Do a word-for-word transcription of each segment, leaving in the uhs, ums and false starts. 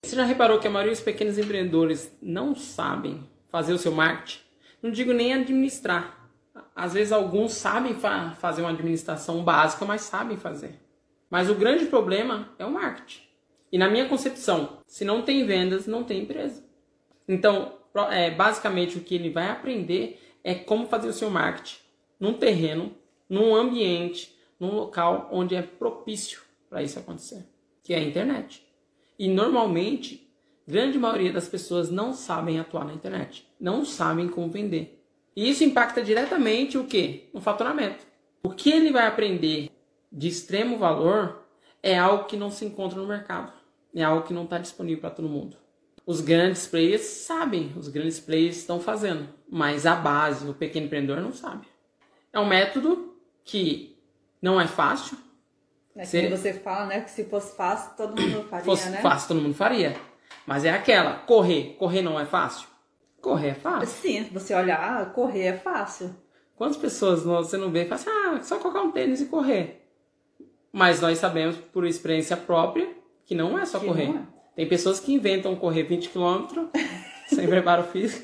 Você já reparou que a maioria dos pequenos empreendedores não sabem fazer o seu marketing? Não digo nem administrar. Às vezes alguns sabem fa- fazer uma administração básica, mas sabem fazer. Mas o grande problema é o marketing. E na minha concepção, se não tem vendas, não tem empresa. Então, é, basicamente o que ele vai aprender é como fazer o seu marketing num terreno, num ambiente, num local onde é propício para isso acontecer, que é a internet. E normalmente, grande maioria das pessoas não sabem atuar na internet, não sabem como vender. E isso impacta diretamente o quê? No faturamento. O que ele vai aprender de extremo valor é algo que não se encontra no mercado, é algo que não está disponível para todo mundo. Os grandes players sabem, os grandes players estão fazendo, mas a base, o pequeno empreendedor não sabe. É um método que não é fácil. É que você fala, né, que se fosse fácil, todo mundo faria, fosse né? fácil, todo mundo faria. Mas é aquela, correr. Correr não é fácil? Correr é fácil. Sim, você olhar, correr é fácil. Quantas pessoas você não vê e fala assim, ah, é só colocar um tênis e correr. Mas nós sabemos, por experiência própria, que não é só Que correr. não é. Tem pessoas que inventam correr vinte quilômetros sem preparo físico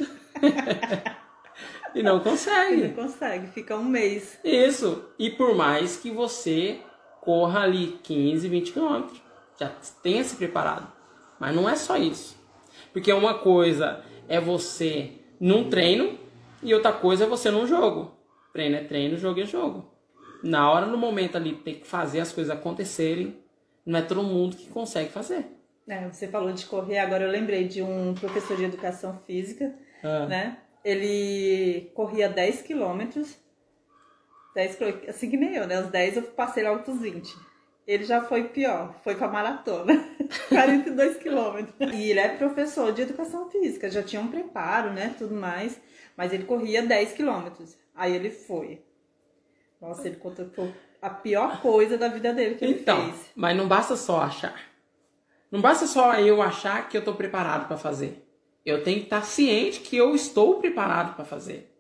e não conseguem. Não consegue, fica um mês. Isso. E por mais que você corra ali quinze, vinte quilômetros, já tenha se preparado. Mas não é só isso. Porque uma coisa é você num treino e outra coisa é você num jogo. Treino é treino, jogo é jogo. Na hora, no momento ali, tem que fazer as coisas acontecerem. Não é todo mundo que consegue fazer. É, você falou de correr, agora eu lembrei de um professor de educação física, Ah. né? Ele corria dez quilômetros, dez, quilômetros, assim que nem eu, né? Os dez eu passei logo pros vinte. Ele já foi pior, foi pra maratona, quarenta e dois quilômetros. E ele é professor de educação física, já tinha um preparo, né, tudo mais, mas ele corria dez quilômetros. Aí ele foi. Nossa, ele contou que foi a pior coisa da vida dele que ele Então, fez. mas não basta só achar. Não basta só eu achar que eu estou preparado para fazer. Eu tenho que estar ciente que eu estou preparado para fazer.